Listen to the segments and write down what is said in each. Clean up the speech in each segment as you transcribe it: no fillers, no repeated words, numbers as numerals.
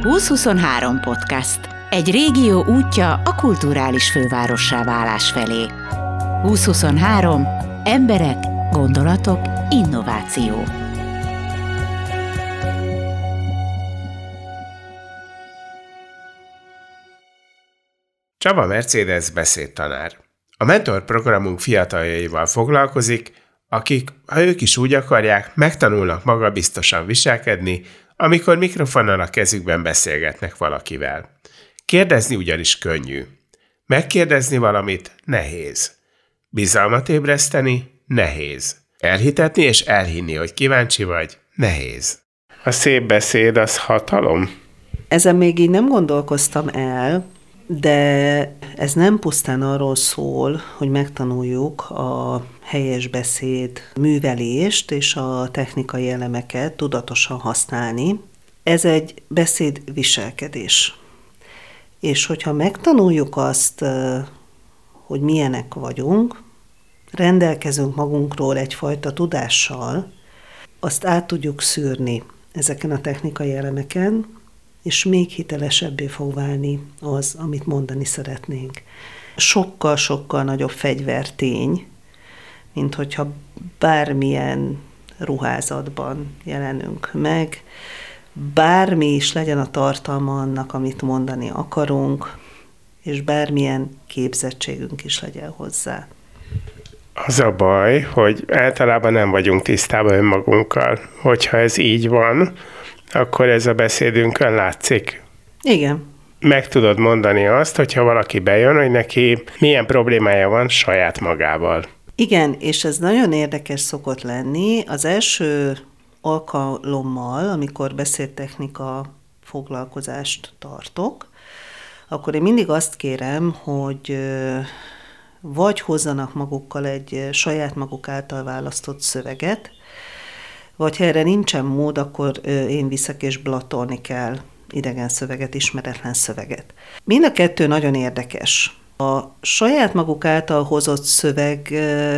2023 podcast. Egy régió útja a kulturális fővárossá válás felé. 2023. Emberek, gondolatok, innováció. Csaba Mercedes beszédtanár. A mentor programunk fiataljaival foglalkozik, akik, ha ők is úgy akarják, megtanulnak magabiztosan viselkedni, amikor mikrofonnal a kezükben beszélgetnek valakivel. Kérdezni ugyanis könnyű. Megkérdezni valamit nehéz. Bizalmat ébreszteni nehéz. Elhitetni és elhinni, hogy kíváncsi vagy, nehéz. A szép beszéd az hatalom? Ezen még így nem gondolkoztam el, de ez nem pusztán arról szól, hogy megtanuljuk a helyes beszéd művelést és a technikai elemeket tudatosan használni. Ez egy beszédviselkedés. És hogyha megtanuljuk azt, hogy milyenek vagyunk, rendelkezünk magunkról egyfajta tudással, azt át tudjuk szűrni ezeken a technikai elemeken, és még hitelesebbé fog válni az, amit mondani szeretnénk. Sokkal-sokkal nagyobb fegyvertény, mint hogyha bármilyen ruházatban jelenünk meg, bármi is legyen a tartalma annak, amit mondani akarunk, és bármilyen képzettségünk is legyen hozzá. Az a baj, hogy általában nem vagyunk tisztában önmagunkkal. Hogyha ez így van, akkor ez a beszédünkön látszik. Igen. Meg tudod mondani azt, hogyha valaki bejön, hogy neki milyen problémája van saját magával. Igen, és ez nagyon érdekes szokott lenni. Az első alkalommal, amikor beszédtechnika foglalkozást tartok, akkor én mindig azt kérem, hogy vagy hozzanak magukkal egy saját maguk által választott szöveget, vagy ha erre nincsen mód, akkor én viszek és blatolni kell idegen szöveget, ismeretlen szöveget. Mind a kettő nagyon érdekes. A saját maguk által hozott szöveg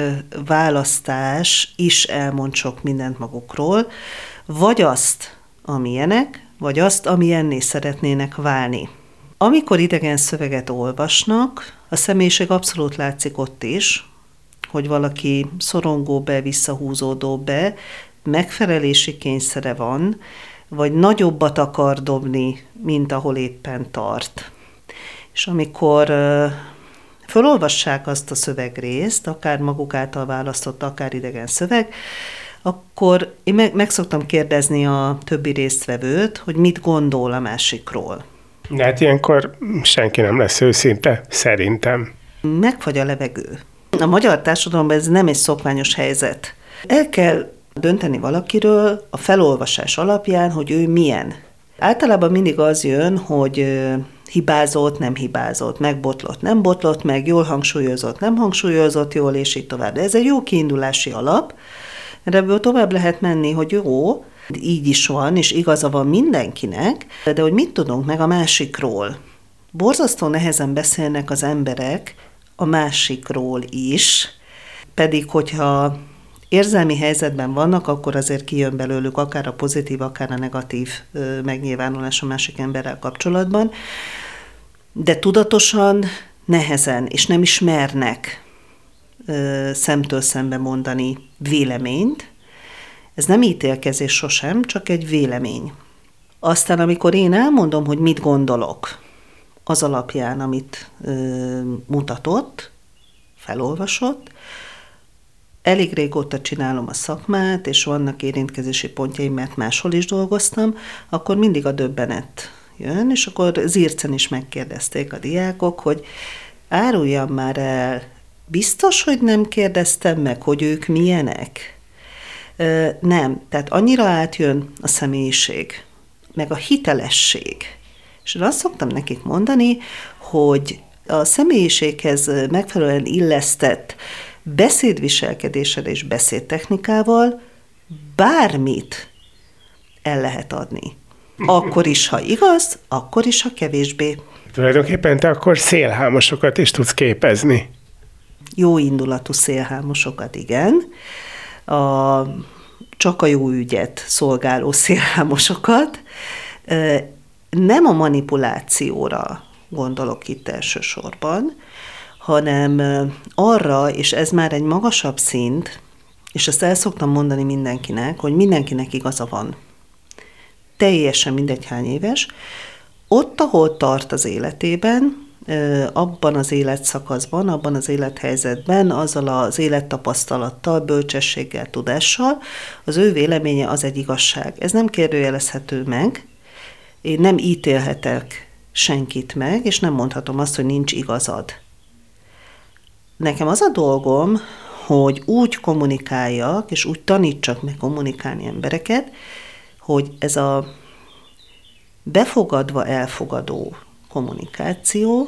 választás is elmond sok mindent magukról, vagy azt, amilyenek, vagy azt, amilyenné szeretnének válni. Amikor idegen szöveget olvasnak, a személyiség abszolút látszik ott is, hogy valaki szorongó be, visszahúzódó be, megfelelési kényszere van, vagy nagyobbat akar dobni, mint ahol éppen tart. És amikor felolvassák azt a szövegrészt, akár maguk által választott, akár idegen szöveg, akkor én meg szoktam kérdezni a többi résztvevőt, hogy mit gondol a másikról. De hát ilyenkor senki nem lesz őszinte, szerintem. Megfagy a levegő. A magyar társadalomban ez nem egy szokványos helyzet. El kell dönteni valakiről a felolvasás alapján, hogy ő milyen. Általában mindig az jön, hogy hibázott, nem hibázott, megbotlott, nem botlott meg, jól hangsúlyozott, nem hangsúlyozott jól, és így tovább. De ez egy jó kiindulási alap, mert ebből tovább lehet menni, hogy jó, így is van, és igaza van mindenkinek, de hogy mit tudunk meg a másikról. Borzasztó nehezen beszélnek az emberek a másikról is, pedig hogyha érzelmi helyzetben vannak, akkor azért kijön belőlük akár a pozitív, akár a negatív megnyilvánulás a másik emberrel kapcsolatban, de tudatosan nehezen, és nem is mernek szemtől szembe mondani véleményt. Ez nem ítélkezés sosem, csak egy vélemény. Aztán, amikor én elmondom, hogy mit gondolok az alapján, amit mutatott, felolvasott, elég régóta csinálom a szakmát, és vannak érintkezési pontjaim, mert máshol is dolgoztam, akkor mindig a döbbenet jön, és akkor zircen is megkérdezték a diákok, hogy áruljam már el, biztos, hogy nem kérdeztem meg, hogy ők milyenek? Nem, tehát annyira átjön a személyiség, meg a hitelesség. És én azt szoktam nekik mondani, hogy a személyiséghez megfelelően illesztett beszédviselkedéssel és beszédtechnikával bármit el lehet adni. Akkor is, ha igaz, akkor is, ha kevésbé. Tulajdonképpen te akkor szélhámosokat is tudsz képezni. Jó indulatú szélhámosokat, igen. Csak a jó ügyet szolgáló szélhámosokat. nem a manipulációra gondolok itt elsősorban, hanem arra, és ez már egy magasabb szint, és ezt el szoktam mondani mindenkinek, hogy mindenkinek igaza van. Teljesen mindegy hány éves. Ott, ahol tart az életében, abban az életszakaszban, abban az élethelyzetben, azzal az élettapasztalattal, bölcsességgel, tudással, az ő véleménye az egy igazság. Ez nem kérdőjelezhető meg, én nem ítélhetek senkit meg, és nem mondhatom azt, hogy nincs igazad. Nekem az a dolgom, hogy úgy kommunikáljak, és úgy tanítsak meg kommunikálni embereket, hogy ez a befogadva elfogadó kommunikáció,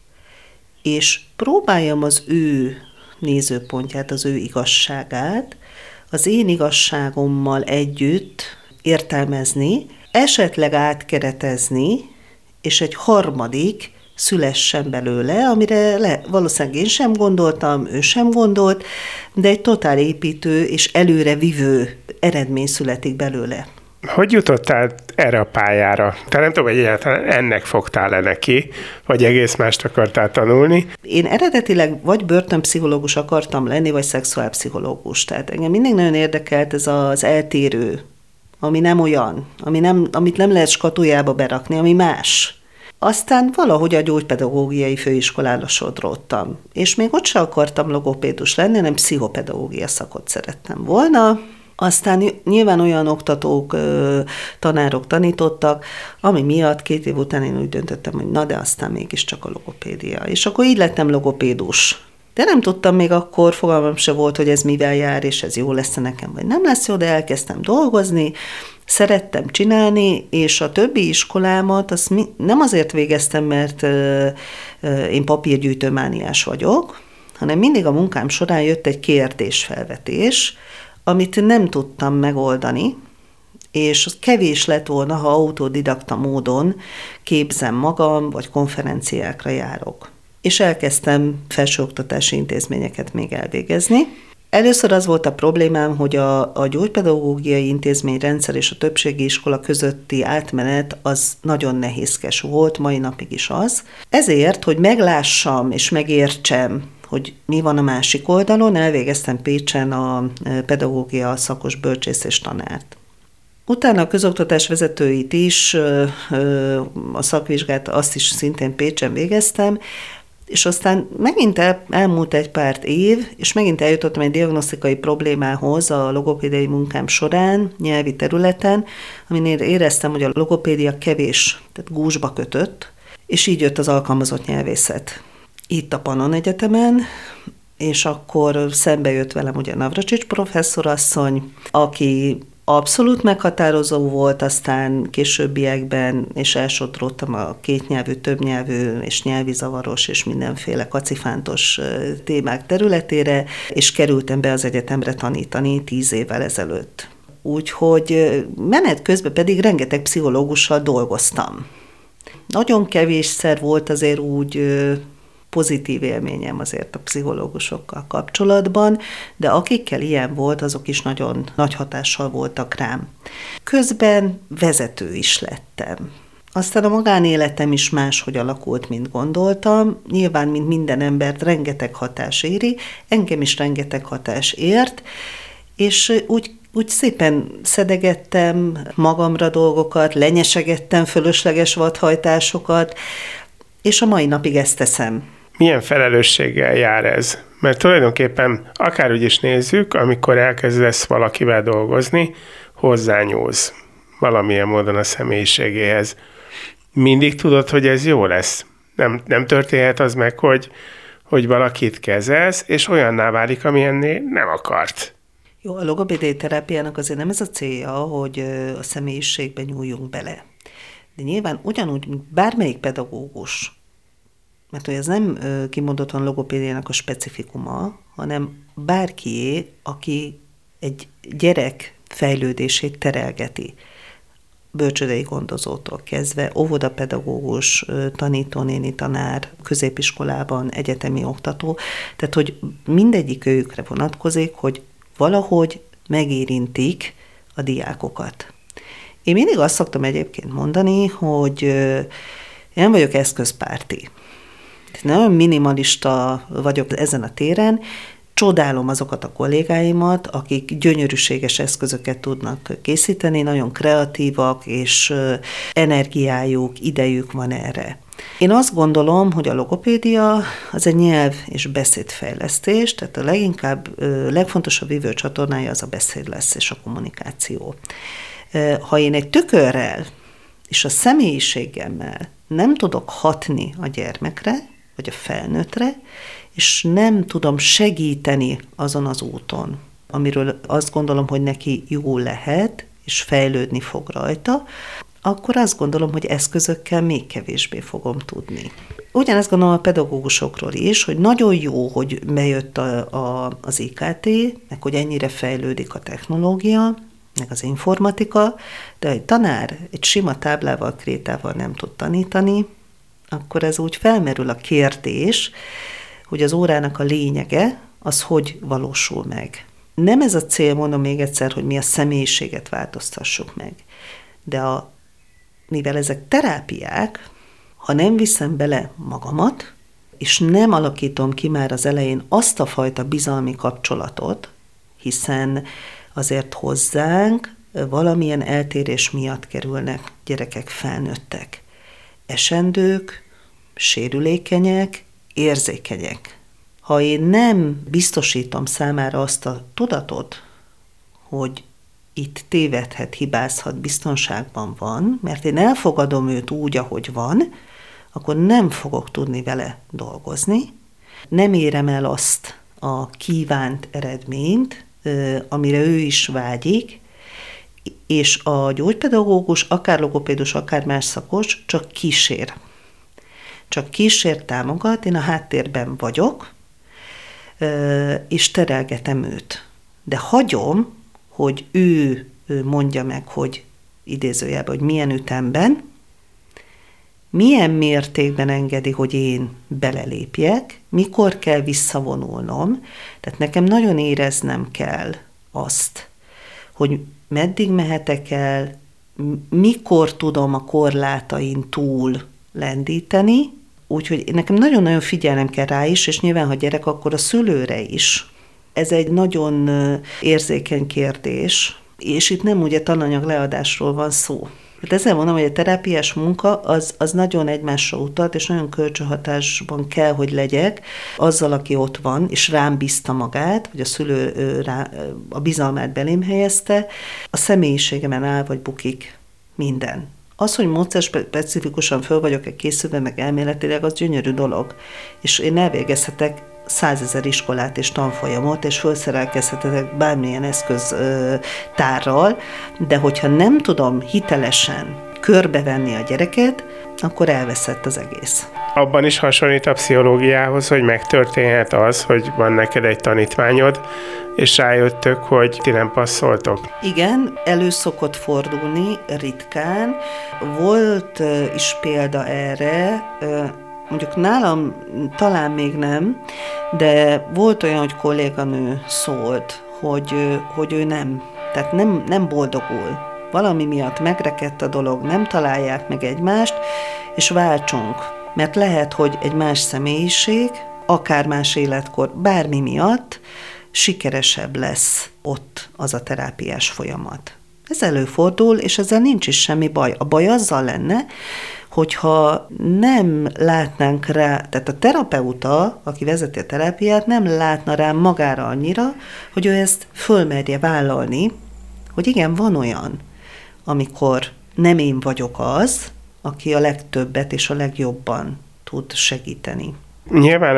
és próbáljam az ő nézőpontját, az ő igazságát, az én igazságommal együtt értelmezni, esetleg átkeretezni, és egy harmadik szülessen belőle, amire valószínűleg én sem gondoltam, ő sem gondolt, de egy totál építő és előrevivő eredmény születik belőle. Hogy jutottál erre a pályára? Te nem tudom, hogy egyáltalán ennek fogtál-e neki, vagy egész mást akartál tanulni? Én eredetileg vagy börtönpszichológus akartam lenni, vagy szexuálpszichológus. Tehát engem mindig nagyon érdekelt ez az eltérő, ami nem olyan, amit nem lehet skatujába berakni, ami más. Aztán valahogy a gyógypedagógiai főiskolára sodródtam. És még ott sem akartam logopédus lenni, hanem pszichopedagógia szakot szerettem volna. Aztán nyilván olyan oktatók, tanárok tanítottak, ami miatt 2 év után én úgy döntöttem, hogy na de aztán mégiscsak a logopédia. És akkor így lettem logopédus. De nem tudtam még akkor, fogalmam se volt, hogy ez mivel jár, és ez jó lesz nekem, vagy nem lesz jó, de elkezdtem dolgozni, szerettem csinálni, és a többi iskolámat azt nem azért végeztem, mert én papírgyűjtőmániás vagyok, hanem mindig a munkám során jött egy kérdésfelvetés, amit nem tudtam megoldani, és az kevés lett volna, ha autodidakta módon képzem magam, vagy konferenciákra járok. És elkezdtem felsőoktatási intézményeket még elvégezni. Először az volt a problémám, hogy a gyógypedagógiai intézményrendszer és a többségi iskola közötti átmenet az nagyon nehézkes volt, mai napig is az. Ezért, hogy meglássam és megértsem, hogy mi van a másik oldalon, elvégeztem Pécsen a pedagógia szakos bölcsész és tanárt. Utána a közoktatás vezetőit is, a szakvizsgát azt is szintén Pécsen végeztem, és aztán megint elmúlt egy pár év, és megint eljutottam egy diagnosztikai problémához a logopédiai munkám során, nyelvi területen, aminél éreztem, hogy a logopédia kevés, tehát gúzsba kötött, és így jött az alkalmazott nyelvészet. Itt a Pannon Egyetemen, és akkor szembe jött velem ugye Navracsics professzorasszony, aki abszolút meghatározó volt, aztán későbbiekben, és elsodródtam a kétnyelvű, többnyelvű és nyelvi zavaros és mindenféle kacifántos témák területére, és kerültem be az egyetemre tanítani 10 évvel ezelőtt. Úgyhogy menet közben pedig rengeteg pszichológussal dolgoztam. Nagyon kevésszer volt azért úgy pozitív élményem azért a pszichológusokkal kapcsolatban, de akikkel ilyen volt, azok is nagyon nagy hatással voltak rám. Közben vezető is lettem. Aztán a magánéletem is máshogy alakult, mint gondoltam. Nyilván, mint minden embert, rengeteg hatás éri, engem is rengeteg hatás ért, és úgy szépen szedegettem magamra dolgokat, lenyesegettem fölösleges vadhajtásokat, és a mai napig ezt teszem. Milyen felelősséggel jár ez? Mert tulajdonképpen akárhogy is nézzük, amikor elkezdesz valakivel dolgozni, hozzányúlsz valamilyen módon a személyiségéhez. Mindig tudod, hogy ez jó lesz? Nem történhet az meg, hogy valakit kezelsz, és olyanná válik, amilyenné nem akart. Jó, a logopédiai terápiának azért nem ez a célja, hogy a személyiségben nyúljunk bele. De nyilván ugyanúgy, mint bármelyik pedagógus, mert hogy ez nem kimondottan logopédiának a specifikuma, hanem bárkié, aki egy gyerek fejlődését terelgeti. Bölcsődei gondozótól kezdve, óvodapedagógus, tanítónéni, tanár, középiskolában, egyetemi oktató. Tehát, hogy mindegyik őkre vonatkozik, hogy valahogy megérintik a diákokat. Én mindig azt szoktam egyébként mondani, hogy én nem vagyok eszközpárti. Nagyon minimalista vagyok ezen a téren, csodálom azokat a kollégáimat, akik gyönyörűséges eszközöket tudnak készíteni, nagyon kreatívak, és energiájuk, idejük van erre. Én azt gondolom, hogy a logopédia az egy nyelv- és beszédfejlesztés, tehát a legfontosabb vívő csatornája az a beszéd lesz, és a kommunikáció. Ha én egy tükörrel és a személyiségemmel nem tudok hatni a gyermekre, vagy a felnőttre, és nem tudom segíteni azon az úton, amiről azt gondolom, hogy neki jó lehet, és fejlődni fog rajta, akkor azt gondolom, hogy eszközökkel még kevésbé fogom tudni. Ugyanezt gondolom a pedagógusokról is, hogy nagyon jó, hogy bejött az IKT, meg hogy ennyire fejlődik a technológia, meg az informatika, de egy tanár egy sima táblával, krétával nem tud tanítani, akkor ez úgy felmerül a kérdés, hogy az órának a lényege, az hogy valósul meg. Nem ez a cél, mondom még egyszer, hogy mi a személyiséget változtassuk meg. De mivel ezek terápiák, ha nem viszem bele magamat, és nem alakítom ki már az elején azt a fajta bizalmi kapcsolatot, hiszen azért hozzánk valamilyen eltérés miatt kerülnek gyerekek, felnőttek. Esendők, sérülékenyek, érzékenyek. Ha én nem biztosítom számára azt a tudatot, hogy itt tévedhet, hibázhat, biztonságban van, mert én elfogadom őt úgy, ahogy van, akkor nem fogok tudni vele dolgozni, nem érem el azt a kívánt eredményt, amire ő is vágyik, és a gyógypedagógus, akár logopédus, akár más szakos csak kísér. Csak kísér, támogat, én a háttérben vagyok, és terelgetem őt. De hagyom, hogy ő mondja meg, hogy idézőjelben, hogy milyen ütemben, milyen mértékben engedi, hogy én belelépjek, mikor kell visszavonulnom, tehát nekem nagyon éreznem kell azt, hogy meddig mehetek el, mikor tudom a korlátain túl lendíteni, úgyhogy nekem nagyon-nagyon figyelnem kell rá is, és nyilván, ha gyerek, akkor a szülőre is. Ez egy nagyon érzékeny kérdés, és itt nem ugye tananyag leadásról van szó. Hát ezzel mondom, hogy a terápiás munka az nagyon egymásra utat, és nagyon kölcsönhatásban kell, hogy legyek azzal, aki ott van, és rám bízta magát, vagy a szülő a bizalmát belém helyezte, a személyiségemen áll vagy bukik minden. Az, hogy módszerspecifikusan föl vagyok készülve, meg elméletileg, az gyönyörű dolog. És én elvégezhetek 100 000 iskolát és tanfolyamot, és felszerelkezhetek bármilyen eszköztárral, de hogyha nem tudom hitelesen körbevenni a gyereket, akkor elveszett az egész. Abban is hasonlít a pszichológiához, hogy megtörténhet az, hogy van neked egy tanítványod, és rájöttök, hogy ti nem passzoltok. Igen, elő szokott fordulni, ritkán. Volt is példa erre, mondjuk nálam talán még nem, de volt olyan, hogy kolléganő szólt, hogy ő nem, tehát nem boldogul. Valami miatt megrekedt a dolog, nem találják meg egymást, és váltsunk. Mert lehet, hogy egy más személyiség, akár más életkor, bármi miatt sikeresebb lesz ott az a terápiás folyamat. Ez előfordul, és ezzel nincs is semmi baj. A baj azzal lenne, hogyha nem látnánk rá, tehát a terapeuta, aki vezeti a terápiát, nem látna rá magára annyira, hogy ő ezt fölmerje vállalni, hogy igen, van olyan, amikor nem én vagyok az, aki a legtöbbet és a legjobban tud segíteni. Nyilván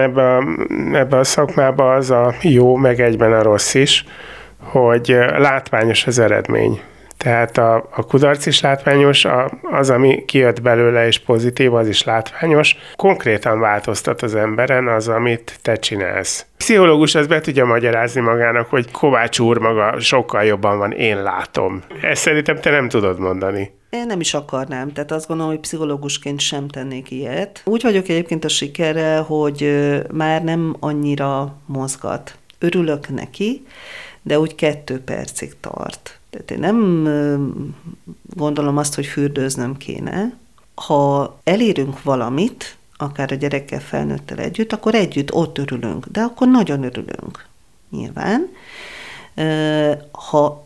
ebbe a szakmába az a jó, meg egyben a rossz is, hogy látványos az eredmény. Tehát a kudarc is látványos, az, ami kijött belőle és pozitív, az is látványos. Konkrétan változtat az emberen az, amit te csinálsz. A pszichológus az be tudja magyarázni magának, hogy Kovács úr maga sokkal jobban van, én látom. Ezt szerintem te nem tudod mondani. Én nem is akarnám, tehát azt gondolom, hogy pszichológusként sem tennék ilyet. Úgy vagyok egyébként a sikerrel, hogy már nem annyira mozgat. Örülök neki, de úgy 2 percig tart. Tehát én nem gondolom azt, hogy fürdőznöm kéne. Ha elérünk valamit, akár a gyerekkel, felnőttel együtt, akkor együtt ott örülünk, de akkor nagyon örülünk, nyilván. Ha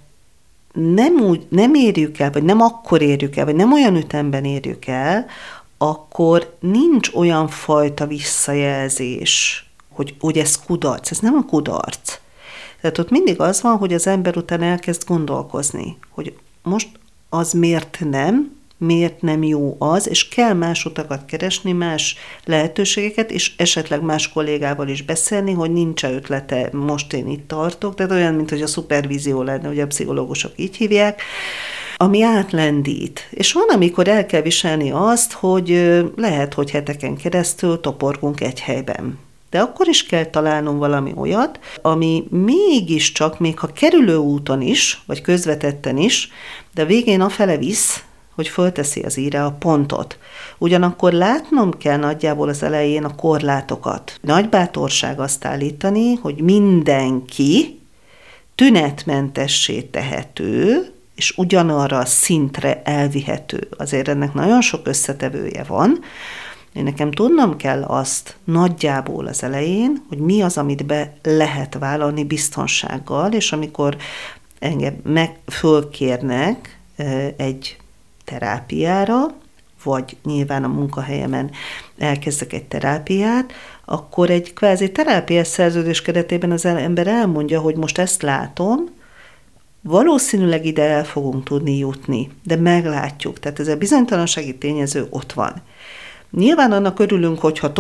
nem érjük el, vagy nem akkor érjük el, vagy nem olyan ütemben érjük el, akkor nincs olyan fajta visszajelzés, hogy ez kudarc. Ez nem a kudarc. Tehát ott mindig az van, hogy az ember után elkezd gondolkozni, hogy most az miért nem jó az, és kell más utakat keresni, más lehetőségeket, és esetleg más kollégával is beszélni, hogy nincs ötlete, most én itt tartok, tehát olyan, mint hogy a szupervízió lenne, hogy a pszichológusok így hívják, ami átlendít. És van, amikor el kell viselni azt, hogy lehet, hogy heteken keresztül toporgunk egy helyben. De akkor is kell találnom valami olyat, ami mégiscsak, még ha kerülő úton is, vagy közvetetten is, de végén afele visz, hogy fölteszi az íre a pontot. Ugyanakkor látnom kell nagyjából az elején a korlátokat. Nagy bátorság azt állítani, hogy mindenki tünetmentessé tehető, és ugyanarra a szintre elvihető. Azért ennek nagyon sok összetevője van. Én nekem tudnom kell azt nagyjából az elején, hogy mi az, amit be lehet vállalni biztonsággal, és amikor engem fölkérnek egy terápiára, vagy nyilván a munkahelyemen elkezdek egy terápiát, akkor egy kvázi terápiás szerződés keretében az ember elmondja, hogy most ezt látom, valószínűleg ide el fogunk tudni jutni, de meglátjuk. Tehát ez a bizonytalansági tényező ott van. Nyilván annak örülünk,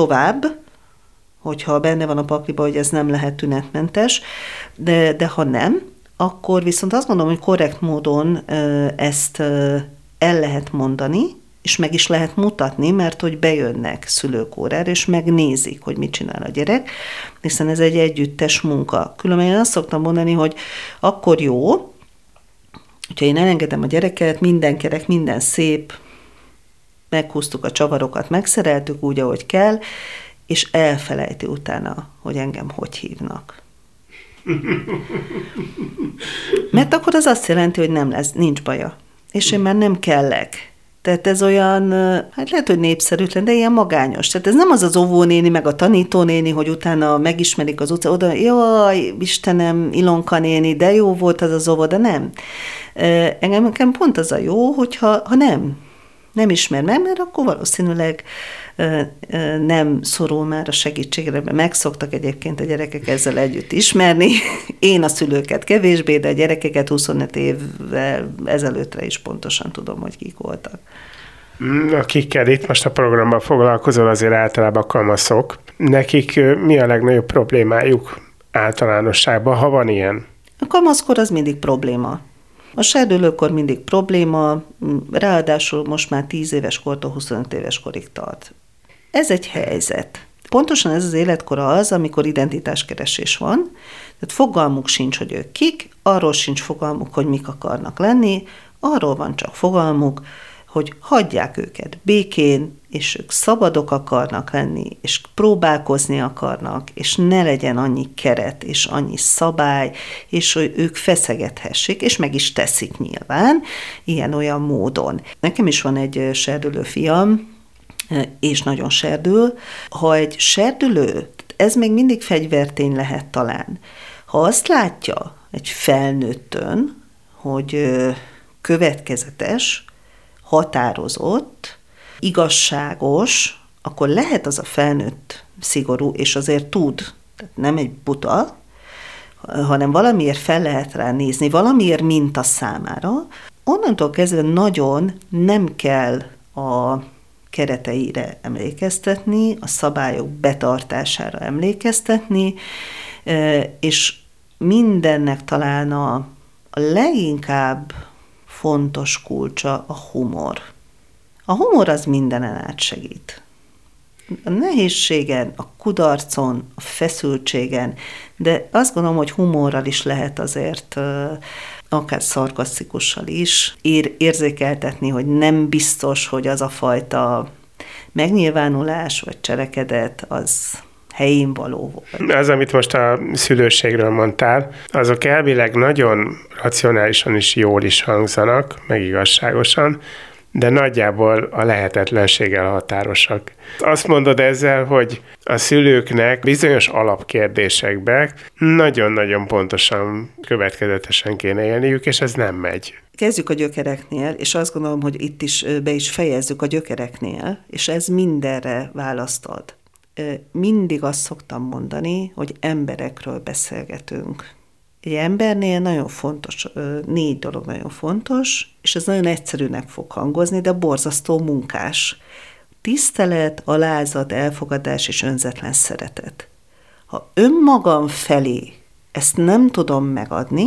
hogyha benne van a pakliba, hogy ez nem lehet tünetmentes, de ha nem, akkor viszont azt gondolom, hogy korrekt módon ezt el lehet mondani, és meg is lehet mutatni, mert hogy bejönnek szülők órára, és megnézik, hogy mit csinál a gyerek, hiszen ez egy együttes munka. Különben én azt szoktam mondani, hogy akkor jó, hogyha én elengedem a gyereket, minden kerek, minden szép, meghúztuk a csavarokat, megszereltük úgy, ahogy kell, és elfelejti utána, hogy engem hogy hívnak. Mert akkor az azt jelenti, hogy nincs baja. És én már nem kellek. Tehát ez olyan, hát lehet, hogy népszerűtlen, de ilyen magányos. Tehát ez nem az óvónéni, meg a tanítónéni, hogy utána megismerik az utca, oda, jaj, Istenem, Ilonka néni, de jó volt az óvoda, nem. Engem pont az a jó, hogyha nem ismer meg, mert akkor valószínűleg nem szorul már a segítségre, mert megszoktak egyébként a gyerekek ezzel együtt ismerni. Én a szülőket kevésbé, de a gyerekeket 25 évvel ezelőttre is pontosan tudom, hogy kik voltak. Akikkel itt most a programban foglalkozol, azért általában kamaszok. Nekik mi a legnagyobb problémájuk általánosságban, ha van ilyen? A kamaszkor az mindig probléma. A serdülőkor mindig probléma, ráadásul most már 10 éves kortól 25 éves korig tart. Ez egy helyzet. Pontosan ez az életkor az, amikor identitáskeresés van, tehát fogalmuk sincs, hogy ők kik, arról sincs fogalmuk, hogy mik akarnak lenni, arról van csak fogalmuk, hogy hagyják őket békén, és ők szabadok akarnak lenni, és próbálkozni akarnak, és ne legyen annyi keret, és annyi szabály, és hogy ők feszegethessék, és meg is teszik nyilván, ilyen-olyan módon. Nekem is van egy serdülő fiam, és nagyon serdül. Ha egy serdülő, ez még mindig fegyvertény lehet talán, ha azt látja egy felnőttön, hogy következetes, határozott, igazságos, akkor lehet az a felnőtt szigorú, és azért tud, tehát nem egy buta, hanem valamiért fel lehet rá nézni, valamiért minta számára. Onnantól kezdve nagyon nem kell a kereteire emlékeztetni, a szabályok betartására emlékeztetni, és mindennek talán a leginkább fontos kulcsa a humor. A humor az mindenen átsegít. A nehézségen, a kudarcon, a feszültségen, de azt gondolom, hogy humorral is lehet azért, akár szarkasztikussal is érzékeltetni, hogy nem biztos, hogy az a fajta megnyilvánulás vagy cselekedet az helyén való volt. Az, amit most a szülőségről mondtál, azok elvileg nagyon racionálisan is jól is hangzanak, meg igazságosan, de nagyjából a lehetetlenséggel határosak. Azt mondod ezzel, hogy a szülőknek bizonyos alapkérdésekbe nagyon-nagyon pontosan, következetesen kéne élniük, és ez nem megy. Kezdjük a gyökereknél, és azt gondolom, hogy itt is be is fejezzük a gyökereknél, és ez mindenre választ ad. Mindig azt szoktam mondani, hogy emberekről beszélgetünk. Egy embernél nagyon fontos, 4 dolog nagyon fontos, és ez nagyon egyszerűnek fog hangozni, de borzasztó munkás. Tisztelet, alázat, elfogadás és önzetlen szeretet. Ha önmagam felé ezt nem tudom megadni,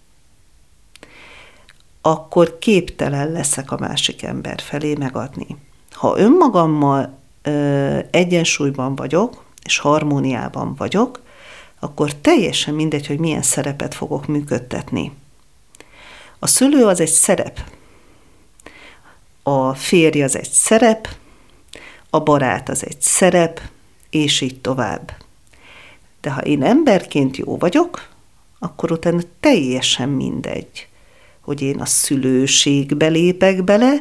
akkor képtelen leszek a másik ember felé megadni. Ha önmagammal egyensúlyban vagyok, és harmóniában vagyok, akkor teljesen mindegy, hogy milyen szerepet fogok működtetni. A szülő az egy szerep, a férj az egy szerep, a barát az egy szerep, és így tovább. De ha én emberként jó vagyok, akkor utána teljesen mindegy, hogy én a szülőségbe lépek bele,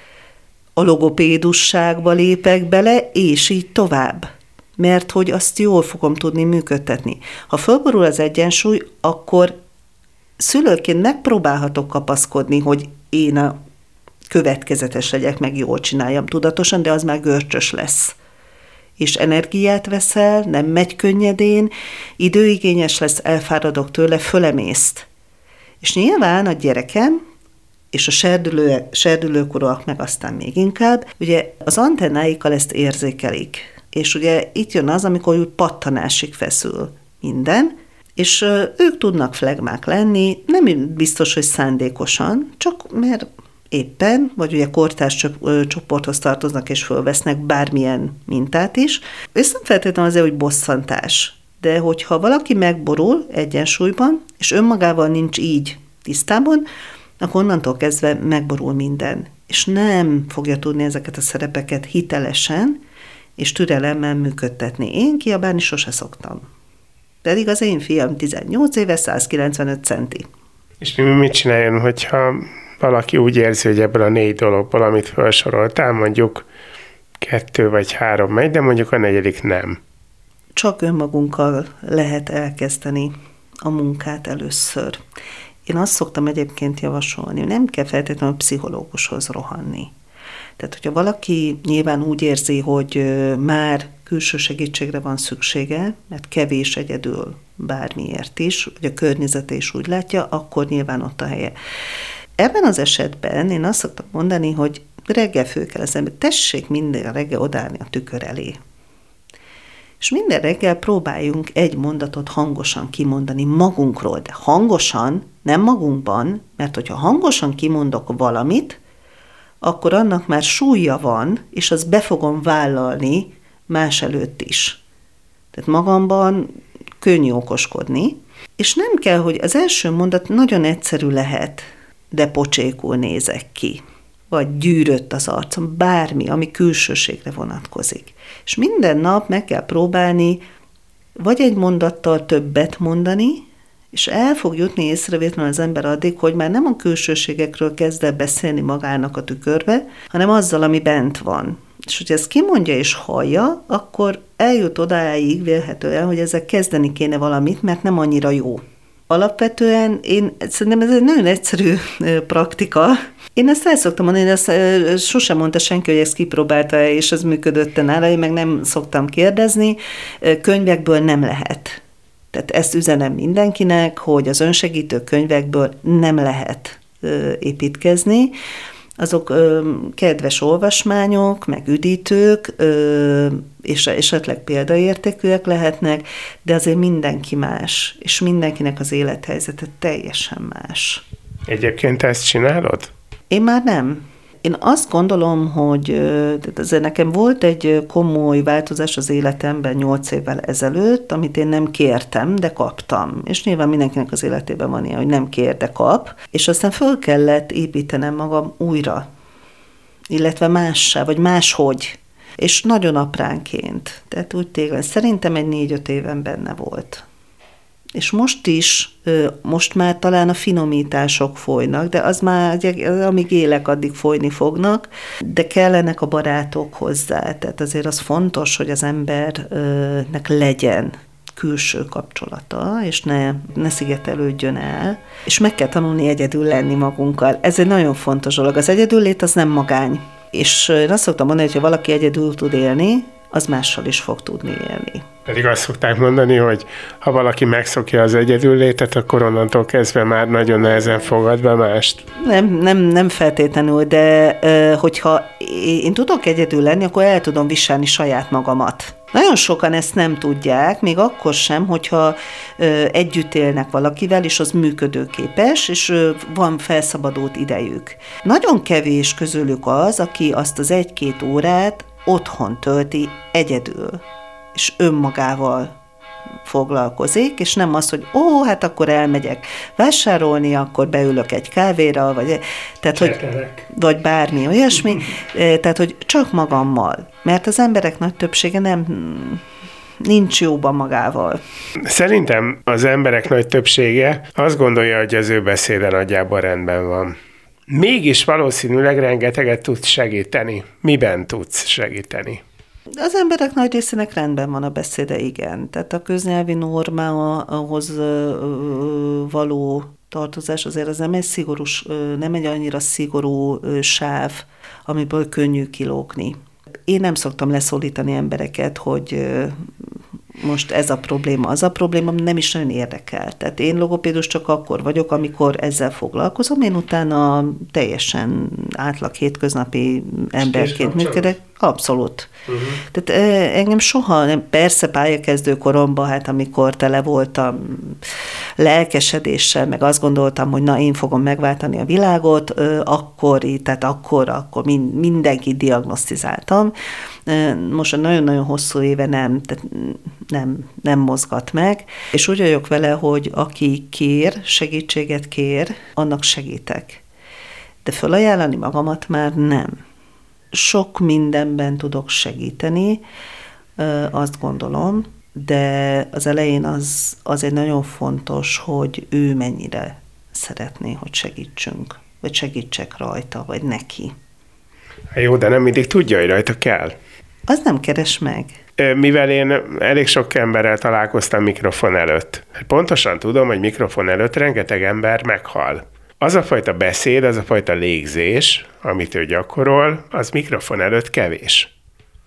a logopédusságba lépek bele, és így tovább. Mert hogy azt jól fogom tudni működtetni. Ha fölborul az egyensúly, akkor szülőként megpróbálhatok kapaszkodni, hogy én a következetes legyek, meg jól csináljam tudatosan, de az már görcsös lesz. És energiát veszel, nem megy könnyedén, időigényes lesz, elfáradok tőle, fölemészt. És nyilván a gyerekem, és a serdülőkorúak meg aztán még inkább, ugye az antennáikkal ezt érzékelik. És ugye itt jön az, amikor úgy pattanásig feszül minden, és ők tudnak flegmák lenni, nem biztos, hogy szándékosan, csak mert éppen, vagy ugye kortárs csoporthoz tartoznak és fölvesznek bármilyen mintát is. Ez nem feltétlenül azért, hogy bosszantás. De hogyha valaki megborul egyensúlyban, és önmagával nincs így tisztában, akkor onnantól kezdve megborul minden. És nem fogja tudni ezeket a szerepeket hitelesen és türelemmel működtetni. Én kiabálni sose szoktam. Pedig az én fiam 18 éves, 195 centi. És mit csináljon, hogyha valaki úgy érzi, hogy ebből a 4 dologból, amit felsoroltál, mondjuk 2 vagy 3 megy, de mondjuk a 4. nem? Csak önmagunkkal lehet elkezdeni a munkát először. Én azt szoktam egyébként javasolni, hogy nem kell feltétlenül pszichológushoz rohanni. Tehát, hogyha valaki nyilván úgy érzi, hogy már külső segítségre van szüksége, mert kevés egyedül bármiért is, vagy a környezete is úgy látja, akkor nyilván ott a helye. Ebben az esetben én azt szoktam mondani, hogy reggel föl kell az ember, tessék minden reggel odállni a tükör elé. És minden reggel próbáljunk egy mondatot hangosan kimondani magunkról, de hangosan, nem magunkban, mert hogyha hangosan kimondok valamit, akkor annak már súlya van, és azt be fogom vállalni más előtt is. Tehát magamban könnyű okoskodni, és nem kell, hogy az első mondat nagyon egyszerű lehet, de pocsékul nézek ki, vagy gyűrött az arcom, bármi, ami külsőségre vonatkozik. És minden nap meg kell próbálni vagy egy mondattal többet mondani, és el fog jutni észrevétlenül az ember addig, hogy már nem a külsőségekről kezd el beszélni magának a tükörbe, hanem azzal, ami bent van. És hogyha ezt kimondja és hallja, akkor eljut odáig vélhetően, hogy ezzel kezdeni kéne valamit, mert nem annyira jó. Alapvetően szerintem ez egy nagyon egyszerű praktika. Én ezt el szoktam mondani, de ezt sosem mondta senki, hogy ezt kipróbálta, és ez működött nála, én meg nem szoktam kérdezni. Könyvekből nem lehet. Tehát ezt üzenem mindenkinek, hogy az önsegítő könyvekből nem lehet építkezni. Azok kedves olvasmányok, meg üdítők, és esetleg példaértékűek lehetnek, de azért mindenki más, és mindenkinek az élethelyzete teljesen más. Egyébként ezt csinálod? Én már nem. Én azt gondolom, hogy azért nekem volt egy komoly változás az életemben 8 évvel ezelőtt, amit én nem kértem, de kaptam. És nyilván mindenkinek az életében van ilyen, hogy nem kér, de kap. És aztán föl kellett építenem magam újra, illetve mássá, vagy máshogy. És nagyon apránként. Tehát úgy tényleg, szerintem egy 4-5 éven benne volt. És most is, most már talán a finomítások folynak, de az már, amíg élek, addig folyni fognak, de kellenek a barátok hozzá. Tehát azért az fontos, hogy az embernek legyen külső kapcsolata, és ne szigetelődjön el, és meg kell tanulni egyedül lenni magunkkal. Ez egy nagyon fontos dolog. Az egyedüllét az nem magány. És én azt szoktam mondani, hogy ha valaki egyedül tud élni, az mással is fog tudni élni. Pedig azt szokták mondani, hogy ha valaki megszokja az egyedüllétet, akkor onnantól kezdve már nagyon nehezen fogad be mást. Nem feltétlenül, de hogyha én tudok egyedül lenni, akkor el tudom viselni saját magamat. Nagyon sokan ezt nem tudják, még akkor sem, hogyha együtt élnek valakivel, és az működőképes, és van felszabadult idejük. Nagyon kevés közülük az, aki azt az 1-2 órát otthon tölti egyedül, és önmagával foglalkozik, és nem az, hogy hát akkor elmegyek vásárolni, akkor beülök egy kávéra, vagy bármi olyasmi, tehát, hogy csak magammal, mert az emberek nagy többsége nincs jóban magával. Szerintem az emberek nagy többsége azt gondolja, hogy az ő beszéde nagyjából rendben van. Mégis valószínűleg rengeteget tudsz segíteni. Miben tudsz segíteni? Az emberek nagy részének rendben van a beszéde, igen. Tehát a köznyelvi normához való tartozás azért az nem egy annyira szigorú sáv, amiből könnyű kilógni. Én nem szoktam leszólítani embereket, hogy most ez a probléma, az a probléma, nem is nagyon érdekel. Tehát én logopédus csak akkor vagyok, amikor ezzel foglalkozom, én utána teljesen átlag hétköznapi emberként működök. Abszolút. Tehát engem soha nem, persze pályakezdő koromban, hát amikor tele voltam lelkesedéssel, meg azt gondoltam, hogy én fogom megváltani a világot, akkor mindenkit diagnosztizáltam. Most nagyon-nagyon hosszú éve nem mozgat meg, és úgy vagyok vele, hogy aki segítséget kér, annak segítek. De felajánlani magamat már nem. Sok mindenben tudok segíteni, azt gondolom, de az elején az egy nagyon fontos, hogy ő mennyire szeretné, hogy segítsünk, vagy segítsek rajta, vagy neki. Jó, de nem mindig tudja, hogy rajta kell. Az nem keres meg. Mivel én elég sok emberrel találkoztam mikrofon előtt. Pontosan tudom, hogy mikrofon előtt rengeteg ember meghal. Az a fajta beszéd, az a fajta légzés, amit ő gyakorol, az mikrofon előtt kevés.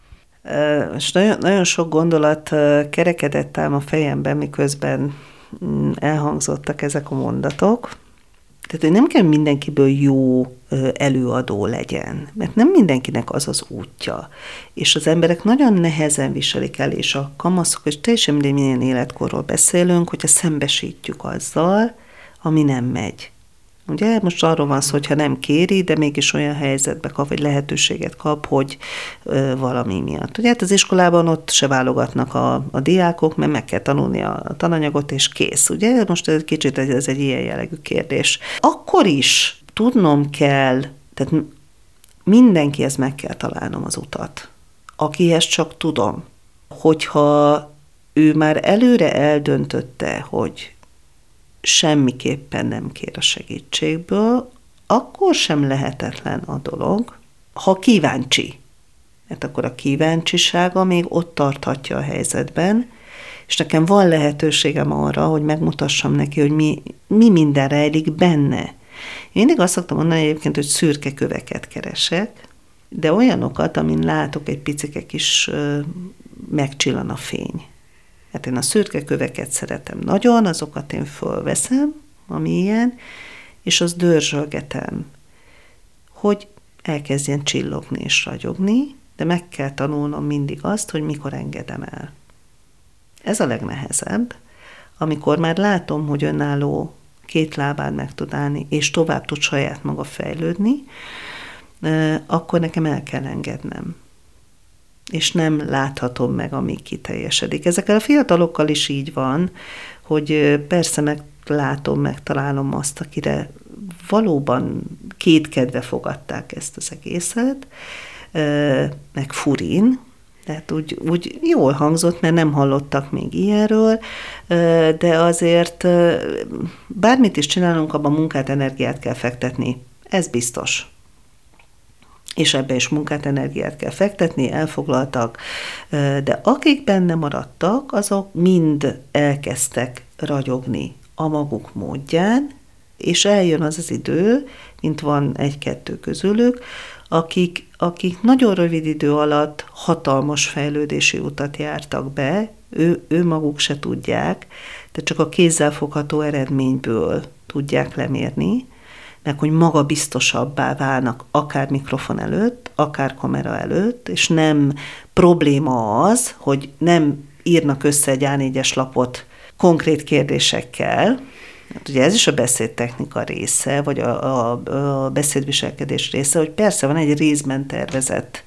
És nagyon sok gondolat kerekedett ám a fejemben, miközben elhangzottak ezek a mondatok. Tehát, hogy nem kell mindenkiből jó előadó legyen, mert nem mindenkinek az az útja. És az emberek nagyon nehezen viselik el, és a kamaszok, és teljesen milyen életkorról beszélünk, hogyha szembesítjük azzal, ami nem megy. Ugye most arról van szó, hogyha nem kéri, de mégis olyan helyzetbe kap, vagy lehetőséget kap, hogy valami miatt. Ugye hát az iskolában ott se válogatnak a diákok, mert meg kell tanulni a tananyagot, és kész. Ugye most ez kicsit ez egy ilyen jellegű kérdés. Akkor is tudnom kell, tehát mindenkihez meg kell találnom az utat. Akihez csak tudom. Hogyha ő már előre eldöntötte, hogy semmiképpen nem kér a segítségből, akkor sem lehetetlen a dolog, ha kíváncsi. Mert akkor a kíváncsisága még ott tarthatja a helyzetben, és nekem van lehetőségem arra, hogy megmutassam neki, hogy mi minden rejlik benne. Én mindig azt szoktam mondani egyébként, hogy szürke köveket keresek, de olyanokat, amin látok egy picike kis megcsillan a fény. Hát én a szürke köveket szeretem nagyon, azokat én fölveszem, ami ilyen, és azt dörzsölgetem, hogy elkezdjen csillogni és ragyogni, de meg kell tanulnom mindig azt, hogy mikor engedem el. Ez a legnehezebb, amikor már látom, hogy önálló 2 lábán meg tud állni, és tovább tud saját maga fejlődni, akkor nekem el kell engednem. És nem láthatom meg, amíg kiteljesedik. Ezekkel a fiatalokkal is így van, hogy persze meglátom, megtalálom azt, akire valóban kétkedve fogadták ezt az egészet, meg furin, tehát úgy jól hangzott, mert nem hallottak még ilyenről, de azért bármit is csinálunk, abban munkát, energiát kell fektetni. Ez biztos. És ebbe is munkát, energiát kell fektetni, elfoglaltak, de akik benne maradtak, azok mind elkezdtek ragyogni a maguk módján, és eljön az az idő, mint van egy-kettő közülük, akik nagyon rövid idő alatt hatalmas fejlődési utat jártak be, ő maguk se tudják, de csak a kézzelfogható eredményből tudják lemérni, meg hogy magabiztosabbá válnak akár mikrofon előtt, akár kamera előtt, és nem probléma az, hogy nem írnak össze egy A4-es lapot konkrét kérdésekkel. Hát ugye ez is a beszédtechnika része, vagy a beszédviselkedés része, hogy persze van egy részben tervezett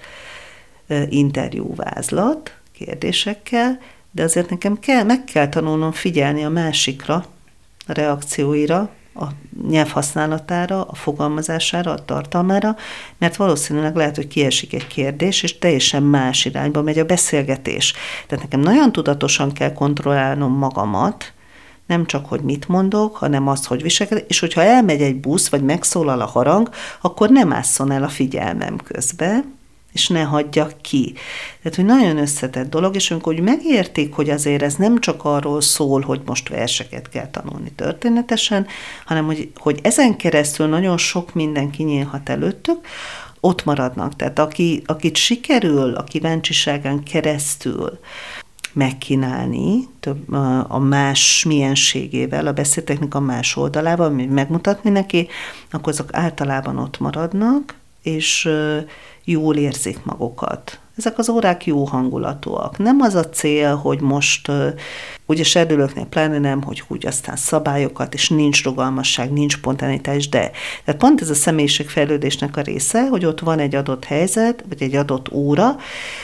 interjúvázlat kérdésekkel, de azért nekem meg kell tanulnom figyelni a másikra, a reakcióira, a nyelvhasználatára, a fogalmazására, a tartalmára, mert valószínűleg lehet, hogy kiesik egy kérdés, és teljesen más irányba megy a beszélgetés. Tehát nekem nagyon tudatosan kell kontrollálnom magamat, nem csak, hogy mit mondok, hanem azt, hogy viselkedek, és hogyha elmegy egy busz, vagy megszólal a harang, akkor nem ásszon el a figyelmem közbe, és ne hagyjak ki. Tehát, hogy nagyon összetett dolog, és amikor úgy megértik, hogy azért ez nem csak arról szól, hogy most verseket kell tanulni történetesen, hanem hogy ezen keresztül nagyon sok minden kinyílhat előttük, ott maradnak. Tehát akit sikerül a kíváncsiságán keresztül megkínálni a más mienségével, a beszédtechnika más oldalával, megmutatni neki, akkor azok általában ott maradnak, és jól érzik magukat. Ezek az órák jó hangulatúak. Nem az a cél, hogy most, ugye serdülőknél pláne nem, hogy úgy aztán szabályokat, és nincs rugalmasság, nincs spontanitás, de. Tehát pont ez a személyiségfejlődésnek a része, hogy ott van egy adott helyzet, vagy egy adott óra,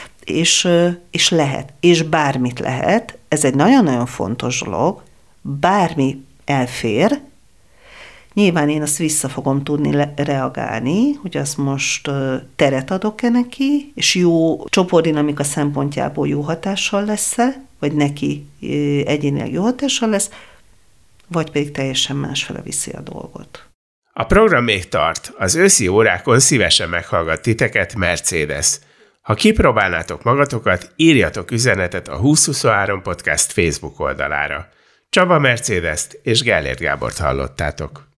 és lehet, és bármit lehet. Ez egy nagyon-nagyon fontos dolog, bármi elfér. Nyilván én azt vissza fogom tudni reagálni, hogy azt most teret adok-e neki, és jó csoportdinamika szempontjából jó hatással lesz-e, vagy neki egyénileg jó hatással lesz, vagy pedig teljesen másfele viszi a dolgot. A program még tart. Az őszi órákon szívesen meghallgat titeket Mercedes. Ha kipróbálnátok magatokat, írjatok üzenetet a 2023 Podcast Facebook oldalára. Csaba Mercedest és Gellért Gábort hallottátok.